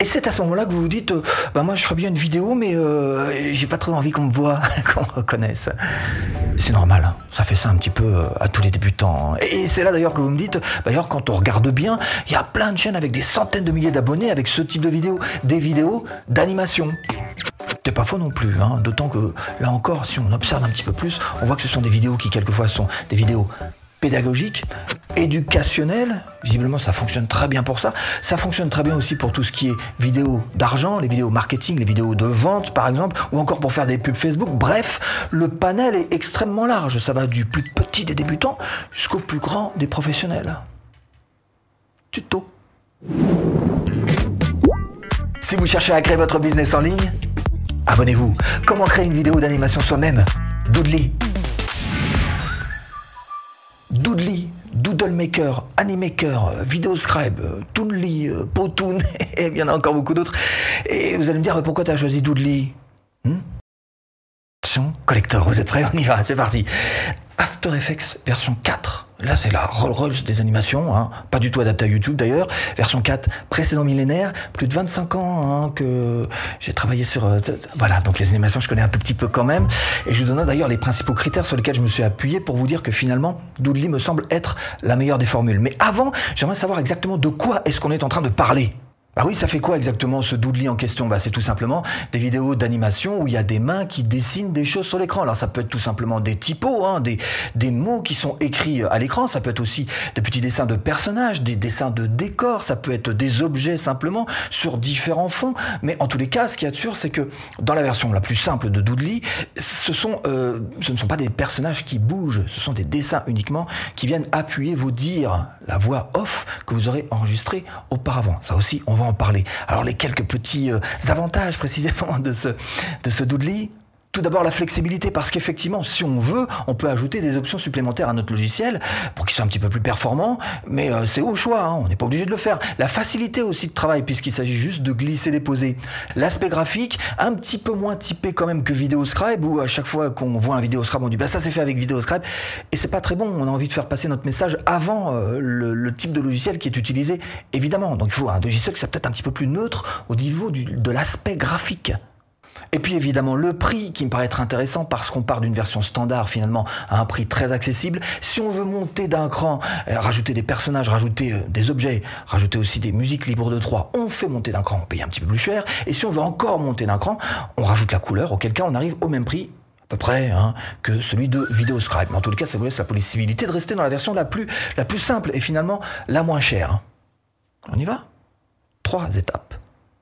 Et c'est à ce moment-là que vous vous dites, moi je ferais bien une vidéo, mais j'ai pas trop envie qu'on me voit, qu'on me reconnaisse. C'est normal, hein. Ça fait ça un petit peu à tous les débutants. Et c'est là d'ailleurs que vous me dites, d'ailleurs quand on regarde bien, il y a plein de chaînes avec des centaines de milliers d'abonnés avec ce type de vidéos, des vidéos d'animation. C'est pas faux non plus, hein. D'autant que là encore, si on observe un petit peu plus, on voit que ce sont des vidéos qui quelquefois sont des vidéos pédagogique, éducationnel, visiblement ça fonctionne très bien pour ça. Ça fonctionne très bien aussi pour tout ce qui est vidéos d'argent, les vidéos marketing, les vidéos de vente par exemple, ou encore pour faire des pubs Facebook. Bref, le panel est extrêmement large. Ça va du plus petit des débutants jusqu'au plus grand des professionnels. Tuto. Si vous cherchez à créer votre business en ligne, abonnez-vous. Comment créer une vidéo d'animation soi-même? Doodly. Doodly, Doodlemaker, Animaker, Videoscribe, Toonly, Powtoon, et il y en a encore beaucoup d'autres. Et vous allez me dire, pourquoi tu as choisi Doodly? Attention, collector, vous êtes prêts? On y va, c'est parti. After Effects version 4. Là, c'est la Rolls-Royce des animations, hein. Pas du tout adapté à YouTube d'ailleurs. Version 4, précédent millénaire. Plus de 25 ans que j'ai travaillé sur... voilà, donc les animations, je connais un tout petit peu quand même. Et je vous donne d'ailleurs les principaux critères sur lesquels je me suis appuyé pour vous dire que finalement, Doodly me semble être la meilleure des formules. Mais avant, j'aimerais savoir exactement de quoi est-ce qu'on est en train de parler. Bah oui, ça fait quoi exactement ce Doodly en question? C'est tout simplement des vidéos d'animation où il y a des mains qui dessinent des choses sur l'écran. Alors ça peut être tout simplement des typos, hein, des mots qui sont écrits à l'écran. Ça peut être aussi des petits dessins de personnages, des dessins de décors. Ça peut être des objets simplement sur différents fonds. Mais en tous les cas, ce qu'il y a de sûr, c'est que dans la version la plus simple de Doodly, ce ne sont pas des personnages qui bougent. Ce sont des dessins uniquement qui viennent appuyer vos dires, la voix off que vous aurez enregistrée auparavant. Ça aussi, on va en parler. Alors les quelques petits avantages précisément de ce Doodly. Tout d'abord la flexibilité, parce qu'effectivement, si on veut, on peut ajouter des options supplémentaires à notre logiciel pour qu'il soit un petit peu plus performant, mais c'est au choix, hein, on n'est pas obligé de le faire. La facilité aussi de travail, puisqu'il s'agit juste de glisser-déposer. L'aspect graphique, un petit peu moins typé quand même que Videoscribe, où à chaque fois qu'on voit un Videoscribe, on dit ça c'est fait avec Videoscribe, et c'est pas très bon, on a envie de faire passer notre message avant le type de logiciel qui est utilisé, évidemment. Donc il faut un logiciel qui soit peut-être un petit peu plus neutre au niveau de l'aspect graphique. Et puis évidemment le prix qui me paraît être intéressant parce qu'on part d'une version standard finalement à un prix très accessible. Si on veut monter d'un cran, rajouter des personnages, rajouter des objets, rajouter aussi des musiques libres de droit, on fait monter d'un cran, on paye un petit peu plus cher. Et si on veut encore monter d'un cran, on rajoute la couleur, auquel cas on arrive au même prix à peu près que celui de Videoscribe. Mais en tout cas, ça vous laisse la possibilité de rester dans la version la plus simple et finalement la moins chère. On y va? 3 étapes.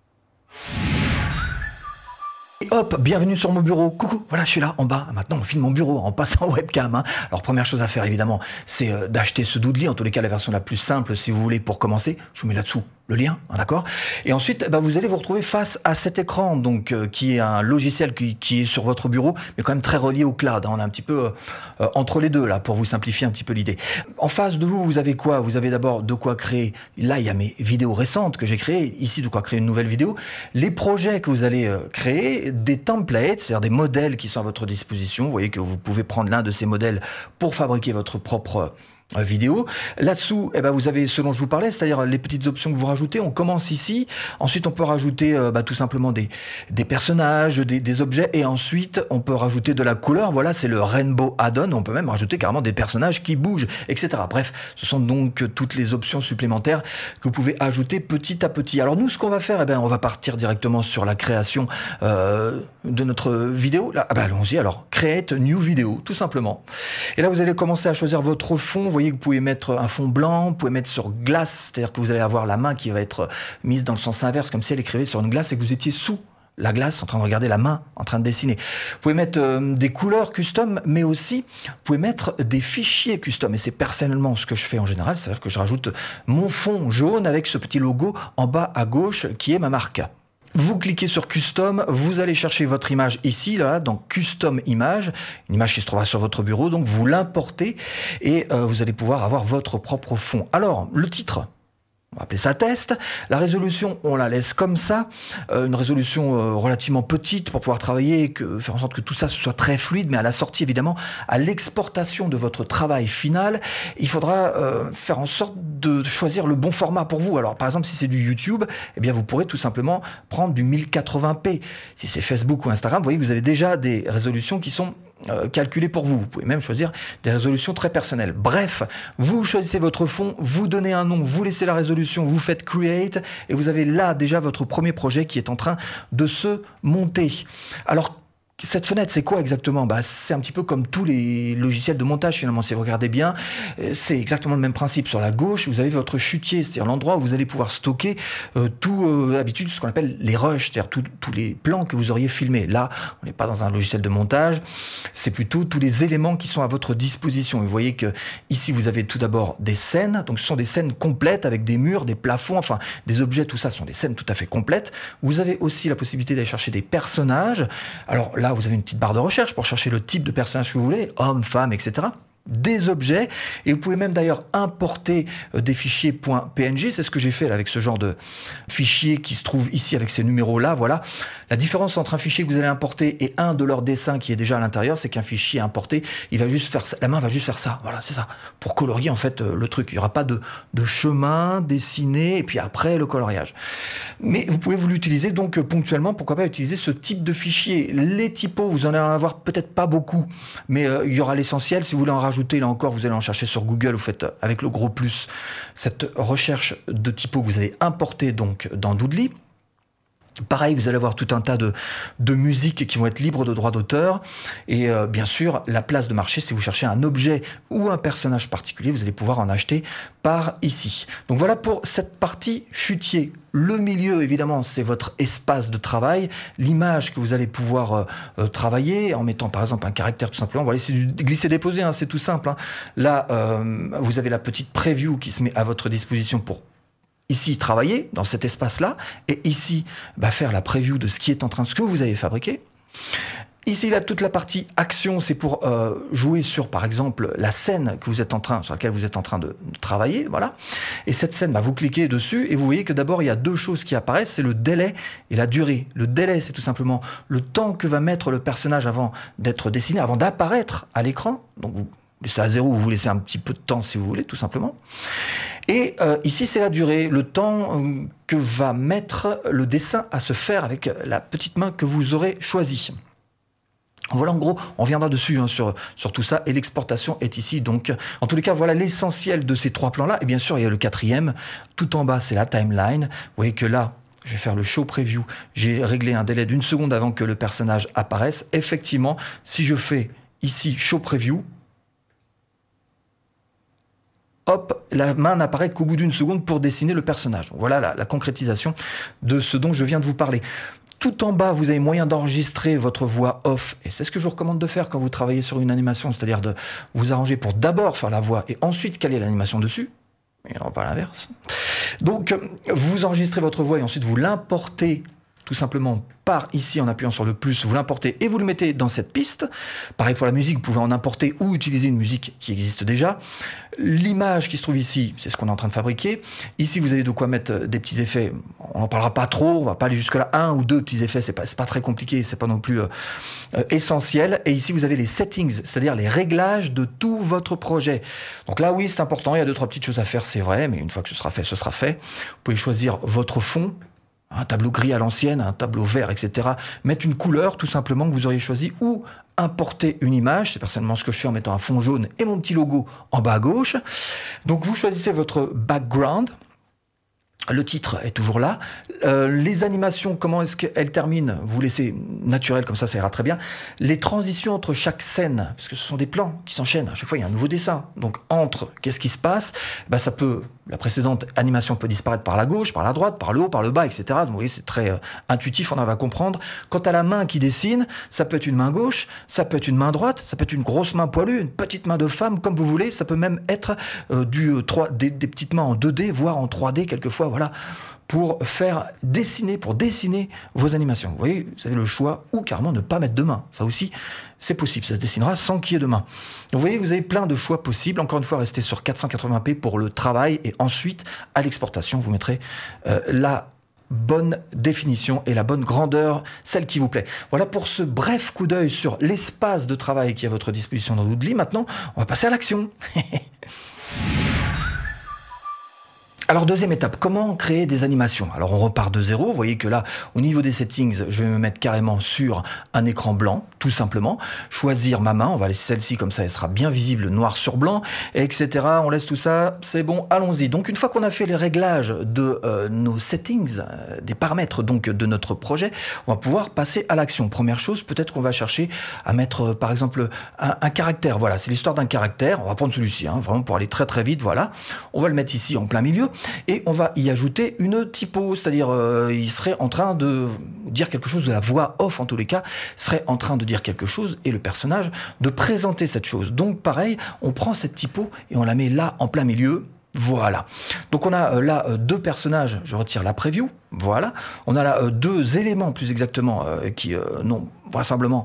Et hop, bienvenue sur mon bureau. Coucou, voilà, je suis là en bas. Maintenant, on filme mon bureau en passant en webcam. Alors, première chose à faire, évidemment, c'est d'acheter ce Doodly. En tous les cas, la version la plus simple, si vous voulez, pour commencer. Je vous mets là-dessous le lien, d'accord? Et ensuite, vous allez vous retrouver face à cet écran, donc qui est un logiciel qui est sur votre bureau, mais quand même très relié au cloud. On est un petit peu entre les deux là, pour vous simplifier un petit peu l'idée. En face de vous, vous avez quoi? Vous avez d'abord de quoi créer. Là, il y a mes vidéos récentes que j'ai créées. Ici, de quoi créer une nouvelle vidéo. Les projets que vous allez créer, des templates, c'est-à-dire des modèles qui sont à votre disposition. Vous voyez que vous pouvez prendre l'un de ces modèles pour fabriquer votre propre vidéo. Là-dessous, vous avez ce dont je vous parlais, c'est-à-dire les petites options que vous rajoutez. On commence ici. Ensuite, on peut rajouter tout simplement des personnages, des objets. Et ensuite, on peut rajouter de la couleur. Voilà, c'est le Rainbow Add-on. On peut même rajouter carrément des personnages qui bougent, etc. Bref, ce sont donc toutes les options supplémentaires que vous pouvez ajouter petit à petit. Alors nous, ce qu'on va faire, on va partir directement sur la création de notre vidéo. Là, allons-y. Alors, Create New Video, tout simplement. Et là, vous allez commencer à choisir votre fond. Vous voyez que vous pouvez mettre un fond blanc, vous pouvez mettre sur glace, c'est-à-dire que vous allez avoir la main qui va être mise dans le sens inverse, comme si elle écrivait sur une glace et que vous étiez sous la glace en train de regarder la main en train de dessiner. Vous pouvez mettre des couleurs custom, mais aussi vous pouvez mettre des fichiers custom. Et c'est personnellement ce que je fais en général, c'est-à-dire que je rajoute mon fond jaune avec ce petit logo en bas à gauche qui est ma marque. Vous cliquez sur Custom, vous allez chercher votre image ici, là, dans Custom Image, une image qui se trouvera sur votre bureau, donc vous l'importez et vous allez pouvoir avoir votre propre fond. Alors, le titre, On va appeler ça test. La résolution, on la laisse comme ça, une résolution relativement petite pour pouvoir travailler, faire en sorte que tout ça ce soit très fluide, mais à la sortie évidemment, à l'exportation de votre travail final, il faudra faire en sorte de choisir le bon format pour vous. Alors par exemple, si c'est du YouTube, eh bien vous pourrez tout simplement prendre du 1080p. Si c'est Facebook ou Instagram, vous voyez que vous avez déjà des résolutions qui sont calculé pour vous. Vous pouvez même choisir des résolutions très personnelles. Bref, vous choisissez votre fond, vous donnez un nom, vous laissez la résolution, vous faites create et vous avez là déjà votre premier projet qui est en train de se monter. Alors, cette fenêtre, c'est quoi exactement ? C'est un petit peu comme tous les logiciels de montage finalement. Si vous regardez bien, c'est exactement le même principe. Sur la gauche, vous avez votre chutier, c'est-à-dire l'endroit où vous allez pouvoir stocker d'habitude ce qu'on appelle les rushs, c'est-à-dire tous les plans que vous auriez filmés. Là, on n'est pas dans un logiciel de montage, c'est plutôt tous les éléments qui sont à votre disposition. Et vous voyez que ici, vous avez tout d'abord des scènes. Donc, ce sont des scènes complètes avec des murs, des plafonds, enfin des objets. Tout ça, ce sont des scènes tout à fait complètes. Vous avez aussi la possibilité d'aller chercher des personnages. Alors là, vous avez une petite barre de recherche pour chercher le type de personnage que vous voulez, homme, femme, etc. Des objets, et vous pouvez même d'ailleurs importer des fichiers .png, c'est ce que j'ai fait là, avec ce genre de fichier qui se trouve ici avec ces numéros-là, voilà. La différence entre un fichier que vous allez importer et un de leurs dessins qui est déjà à l'intérieur, c'est qu'un fichier importé, il va juste faire ça, la main va juste faire ça, voilà, c'est ça, pour colorier en fait le truc. Il n'y aura pas de chemin dessiné, et puis après le coloriage. Mais vous pouvez vous l'utiliser donc ponctuellement, pourquoi pas utiliser ce type de fichier. Les typos, vous en allez en avoir peut-être pas beaucoup, mais il y aura l'essentiel. Si vous voulez en rajouter, là encore, vous allez en chercher sur Google, vous faites avec le gros plus cette recherche de typos que vous allez importer donc dans Doodly. Pareil, vous allez avoir tout un tas de musiques qui vont être libres de droits d'auteur. Et bien sûr, la place de marché, si vous cherchez un objet ou un personnage particulier, vous allez pouvoir en acheter par ici. Donc voilà pour cette partie chutier. Le milieu, évidemment, c'est votre espace de travail. L'image que vous allez pouvoir travailler en mettant, par exemple, un caractère tout simplement. Voilà, c'est du glisser-déposer, hein, c'est tout simple. Hein. Là, vous avez la petite preview qui se met à votre disposition pour ici travailler dans cet espace-là, et ici faire la preview de ce qui est en train, ce que vous avez fabriqué. Ici, là, toute la partie action, c'est pour jouer sur, par exemple, la scène que vous êtes sur laquelle vous êtes en train de travailler, voilà. Et cette scène, vous cliquez dessus et vous voyez que d'abord, il y a deux choses qui apparaissent, c'est le délai et la durée. Le délai, c'est tout simplement le temps que va mettre le personnage avant d'être dessiné, avant d'apparaître à l'écran. Donc, vous laissez à 0, vous laissez un petit peu de temps si vous voulez, tout simplement. Et ici, c'est la durée, le temps que va mettre le dessin à se faire avec la petite main que vous aurez choisie. Voilà, en gros, on reviendra dessus sur tout ça, et l'exportation est ici. Donc, en tous les cas, voilà l'essentiel de ces trois plans-là. Et bien sûr, il y a le quatrième. Tout en bas, c'est la timeline. Vous voyez que là, je vais faire le show preview. J'ai réglé un délai d'1 seconde avant que le personnage apparaisse. Effectivement, si je fais ici show preview, hop, la main n'apparaît qu'au bout d'1 seconde pour dessiner le personnage. Donc voilà la concrétisation de ce dont je viens de vous parler. Tout en bas, vous avez moyen d'enregistrer votre voix off. Et c'est ce que je vous recommande de faire quand vous travaillez sur une animation, c'est-à-dire de vous arranger pour d'abord faire la voix et ensuite caler l'animation dessus. Et non pas l'inverse. Donc, vous enregistrez votre voix et ensuite vous l'importez tout simplement par ici en appuyant sur le plus, vous l'importez et vous le mettez dans cette piste. Pareil pour la musique, vous pouvez en importer ou utiliser une musique qui existe déjà. L'image qui se trouve ici, c'est ce qu'on est en train de fabriquer. Ici, vous avez de quoi mettre des petits effets. On n'en parlera pas trop, on va pas aller jusque-là. 1 ou 2 petits effets, c'est pas très compliqué, c'est pas non plus essentiel. Et ici, vous avez les settings, c'est-à-dire les réglages de tout votre projet. Donc là, oui, c'est important, il y a 2-3 petites choses à faire, c'est vrai, mais une fois que ce sera fait, ce sera fait. Vous pouvez choisir votre fond, un tableau gris à l'ancienne, un tableau vert, etc. Mettre une couleur, tout simplement, que vous auriez choisi, ou importer une image. C'est personnellement ce que je fais en mettant un fond jaune et mon petit logo en bas à gauche. Donc, vous choisissez votre background. Le titre est toujours là. Les animations, comment est-ce qu'elles terminent ? Vous laissez naturel, comme ça ira très bien. Les transitions entre chaque scène, parce que ce sont des plans qui s'enchaînent. À chaque fois, il y a un nouveau dessin. Donc, entre, qu'est-ce qui se passe ? La précédente animation peut disparaître par la gauche, par la droite, par le haut, par le bas, etc. Donc, vous voyez, c'est très intuitif, on en va comprendre. Quant à la main qui dessine, ça peut être une main gauche, ça peut être une main droite, ça peut être une grosse main poilue, une petite main de femme, comme vous voulez. Ça peut même être des petites mains en 2D, voire en 3D quelquefois, voilà. pour dessiner vos animations. Vous voyez, vous avez le choix ou carrément ne pas mettre de main. Ça aussi, c'est possible. Ça se dessinera sans qu'il y ait de main. Donc, vous voyez, vous avez plein de choix possibles. Encore une fois, restez sur 480p pour le travail et ensuite, à l'exportation, vous mettrez la bonne définition et la bonne grandeur, celle qui vous plaît. Voilà pour ce bref coup d'œil sur l'espace de travail qui est à votre disposition dans Doodly. Maintenant, on va passer à l'action. Alors, deuxième étape, comment créer des animations? Alors, on repart de zéro. Vous voyez que là, au niveau des settings, je vais me mettre carrément sur un écran blanc, tout simplement. Choisir ma main. On va laisser celle-ci, comme ça, elle sera bien visible, noir sur blanc, etc. On laisse tout ça. C'est bon, allons-y. Donc, une fois qu'on a fait les réglages de nos settings, des paramètres donc de notre projet, on va pouvoir passer à l'action. Première chose, peut-être qu'on va chercher à mettre, par exemple, un caractère. Voilà, c'est l'histoire d'un caractère. On va prendre celui-ci, vraiment pour aller très très vite. Voilà. On va le mettre ici en plein milieu. Et on va y ajouter une typo, c'est-à-dire il serait en train de dire quelque chose, de la voix off en tous les cas, serait en train de dire quelque chose et le personnage de présenter cette chose. Donc pareil, on prend cette typo et on la met là en plein milieu. Voilà. Donc on a là deux personnages, je retire la preview, voilà. On a là deux éléments plus exactement qui n'ont vraisemblablement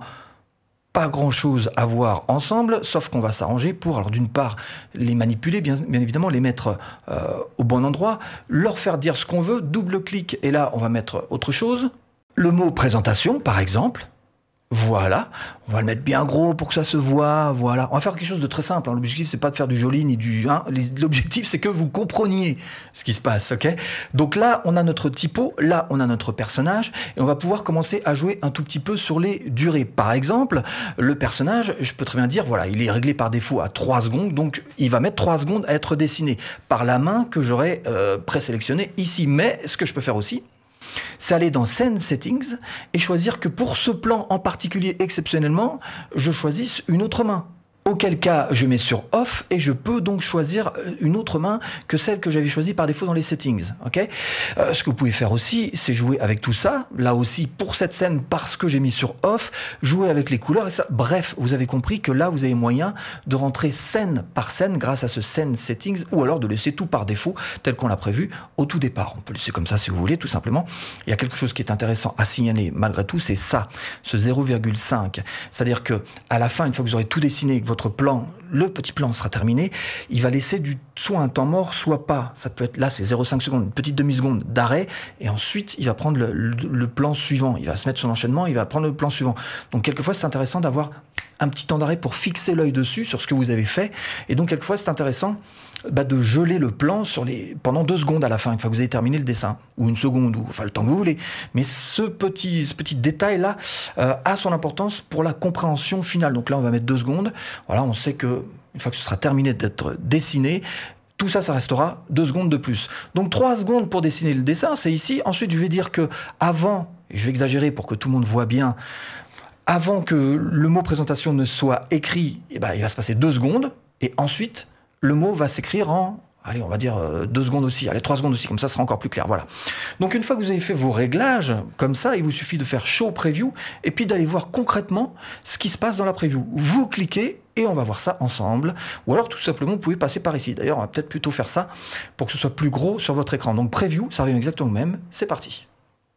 pas grand-chose à voir ensemble, sauf qu'on va s'arranger pour, alors d'une part, les manipuler, bien évidemment, les mettre au bon endroit, leur faire dire ce qu'on veut, double-clic, et là, on va mettre autre chose. Le mot présentation, par exemple. Voilà, on va le mettre bien gros pour que ça se voit, voilà. On va faire quelque chose de très simple, hein. L'objectif, c'est pas de faire du joli ni du... L'objectif, c'est que vous compreniez ce qui se passe, ok? Donc là, on a notre typo, là, on a notre personnage, et on va pouvoir commencer à jouer un tout petit peu sur les durées. Par exemple, le personnage, je peux très bien dire, voilà, il est réglé par défaut à 3 secondes, donc il va mettre 3 secondes à être dessiné par la main que j'aurais présélectionné ici. Mais ce que je peux faire aussi, c'est aller dans Scene Settings et choisir que pour ce plan en particulier, exceptionnellement, je choisisse une autre main. Auquel cas, je mets sur Off et je peux donc choisir une autre main que celle que j'avais choisie par défaut dans les settings. Okay, ce que vous pouvez faire aussi, c'est jouer avec tout ça. Là aussi, pour cette scène, parce que j'ai mis sur Off, jouer avec les couleurs et ça. Bref, vous avez compris que là, vous avez moyen de rentrer scène par scène grâce à ce Scene Settings ou alors de laisser tout par défaut tel qu'on l'a prévu au tout départ. On peut laisser comme ça si vous voulez, tout simplement. Il y a quelque chose qui est intéressant à signaler malgré tout, c'est ça, ce 0,5. C'est-à-dire que à la fin, une fois que vous aurez tout dessiné, que votre plan, le petit plan sera terminé, il va laisser soit un temps mort, soit pas. Ça peut être là, c'est 0,5 secondes, une petite demi-seconde d'arrêt, et ensuite il va prendre le plan suivant. Il va se mettre sur l'enchaînement, il va prendre le plan suivant. Donc quelquefois c'est intéressant d'avoir un petit temps d'arrêt pour fixer l'œil dessus sur ce que vous avez fait. Et donc quelquefois c'est intéressant de geler le plan pendant 2 secondes à la fin, une fois que vous avez terminé le dessin, ou 1 seconde, ou enfin le temps que vous voulez. Mais ce petit détail-là a son importance pour la compréhension finale. Donc là on va mettre 2 secondes. Voilà, on sait que une fois que ce sera terminé d'être dessiné, tout ça, ça restera 2 secondes de plus. Donc 3 secondes pour dessiner le dessin, c'est ici. Ensuite, je vais dire que avant, et je vais exagérer pour que tout le monde voit bien, avant que le mot présentation ne soit écrit, il va se passer 2 secondes. Et ensuite, le mot va s'écrire en... Allez, on va dire 2 secondes aussi, 3 secondes aussi, comme ça sera encore plus clair, voilà. Donc une fois que vous avez fait vos réglages, comme ça, il vous suffit de faire Show Preview, et puis d'aller voir concrètement ce qui se passe dans la preview. Vous cliquez, et on va voir ça ensemble, ou alors tout simplement, vous pouvez passer par ici. D'ailleurs, on va peut-être plutôt faire ça, pour que ce soit plus gros sur votre écran. Donc Preview, ça revient exactement au même, c'est parti.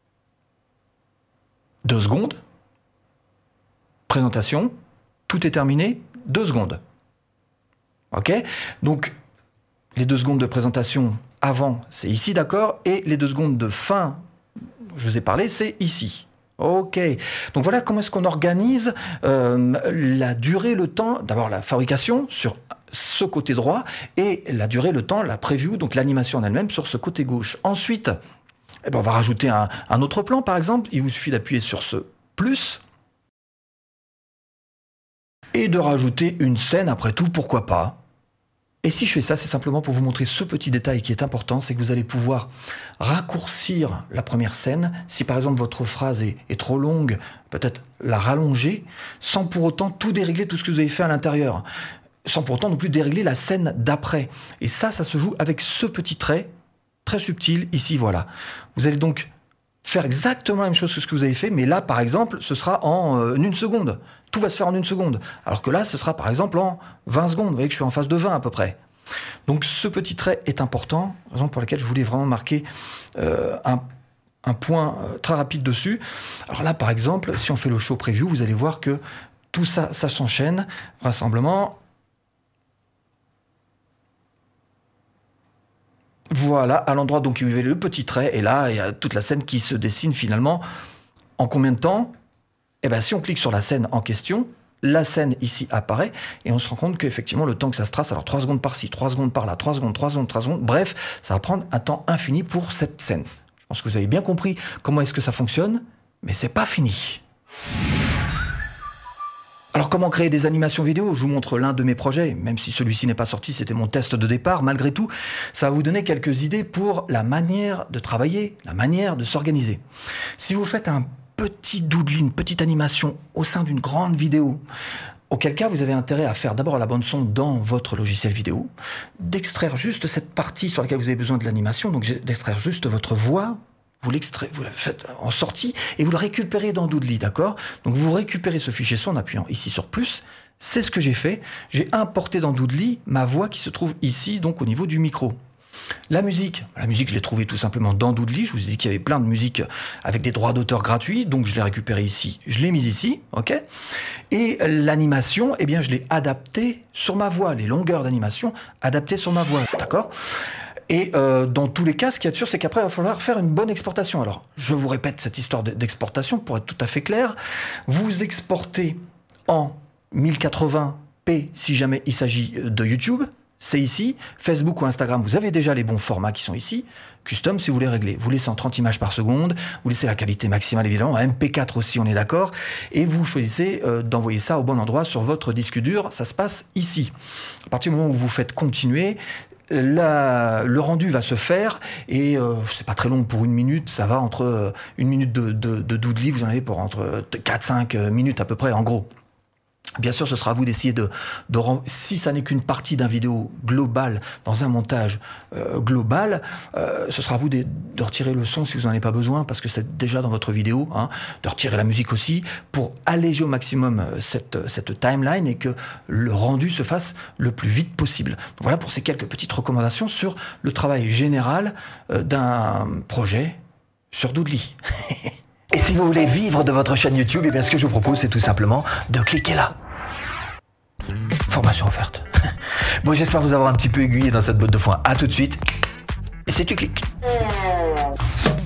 2 secondes, présentation, tout est terminé, 2 secondes. Ok? Donc, les 2 secondes de présentation avant, c'est ici, d'accord? Et les 2 secondes de fin, je vous ai parlé, c'est ici. Ok. Donc voilà comment est-ce qu'on organise la durée, le temps, d'abord la fabrication sur ce côté droit et la durée, le temps, la preview, donc l'animation en elle-même sur ce côté gauche. Ensuite, on va rajouter un autre plan, par exemple. Il vous suffit d'appuyer sur ce plus et de rajouter une scène, après tout, pourquoi pas. Et si je fais ça, c'est simplement pour vous montrer ce petit détail qui est important, c'est que vous allez pouvoir raccourcir la première scène. Si par exemple votre phrase est trop longue, peut-être la rallonger, sans pour autant tout dérégler, tout ce que vous avez fait à l'intérieur. Sans pour autant non plus dérégler la scène d'après. Et ça se joue avec ce petit trait, très subtil, ici, voilà. Vous allez donc faire exactement la même chose que ce que vous avez fait, mais là, par exemple, ce sera en 1 seconde. Tout va se faire en 1 seconde. Alors que là, ce sera par exemple en 20 secondes. Vous voyez que je suis en phase de 20 à peu près. Donc ce petit trait est important, raison pour laquelle je voulais vraiment marquer un point très rapide dessus. Alors là, par exemple, si on fait le show preview, vous allez voir que tout ça, ça s'enchaîne vraisemblablement. Voilà, à l'endroit donc où il y avait le petit trait, et là, il y a toute la scène qui se dessine finalement. En combien de temps? Eh bien, si on clique sur la scène en question, la scène ici apparaît, et on se rend compte qu'effectivement, le temps que ça se trace, alors 3 secondes par-ci, 3 secondes par-là, 3 secondes, 3 secondes, 3 secondes, bref, ça va prendre un temps infini pour cette scène. Je pense que vous avez bien compris comment est-ce que ça fonctionne, mais c'est pas fini. Alors comment créer des animations vidéo? Je vous montre l'un de mes projets, même si celui-ci n'est pas sorti, c'était mon test de départ. Malgré tout, ça va vous donner quelques idées pour la manière de travailler, la manière de s'organiser. Si vous faites un petit doodle, une petite animation au sein d'une grande vidéo, auquel cas vous avez intérêt à faire d'abord la bande son dans votre logiciel vidéo, d'extraire juste cette partie sur laquelle vous avez besoin de l'animation, donc d'extraire juste votre voix, vous la faites en sortie et vous le récupérez dans Doodly, d'accord? Donc vous récupérez ce fichier son en appuyant ici sur plus. C'est ce que j'ai fait. J'ai importé dans Doodly ma voix qui se trouve ici, donc au niveau du micro. La musique, je l'ai trouvée tout simplement dans Doodly. Je vous ai dit qu'il y avait plein de musiques avec des droits d'auteur gratuits, donc je l'ai récupérée ici, je l'ai mise ici, ok? Et l'animation, eh bien, je l'ai adaptée sur ma voix, les longueurs d'animation adaptées sur ma voix, d'accord? Et dans tous les cas, ce qu'il y a de sûr, c'est qu'après, il va falloir faire une bonne exportation. Alors, je vous répète cette histoire d'exportation pour être tout à fait clair. Vous exportez en 1080p si jamais il s'agit de YouTube. C'est ici. Facebook ou Instagram, vous avez déjà les bons formats qui sont ici. Custom, si vous les réglez. Vous laissez en 30 images par seconde. Vous laissez la qualité maximale, évidemment. En MP4 aussi, on est d'accord. Et vous choisissez d'envoyer ça au bon endroit sur votre disque dur. Ça se passe ici. À partir du moment où vous faites continuer, le rendu va se faire et c'est pas très long pour 1 minute, ça va entre 1 minute de Doodly, vous en avez pour entre 4-5 minutes à peu près en gros. Bien sûr, ce sera à vous d'essayer si ça n'est qu'une partie d'un vidéo global, dans un montage global, ce sera à vous de retirer le son si vous n'en avez pas besoin, parce que c'est déjà dans votre vidéo, hein, de retirer la musique aussi, pour alléger au maximum cette timeline et que le rendu se fasse le plus vite possible. Donc voilà pour ces quelques petites recommandations sur le travail général d'un projet sur Doodly. Et si vous voulez vivre de votre chaîne YouTube, eh bien ce que je vous propose, c'est tout simplement de cliquer là. Formation offerte. Bon, j'espère vous avoir un petit peu aiguillé dans cette botte de foin. À tout de suite. Et si tu cliques.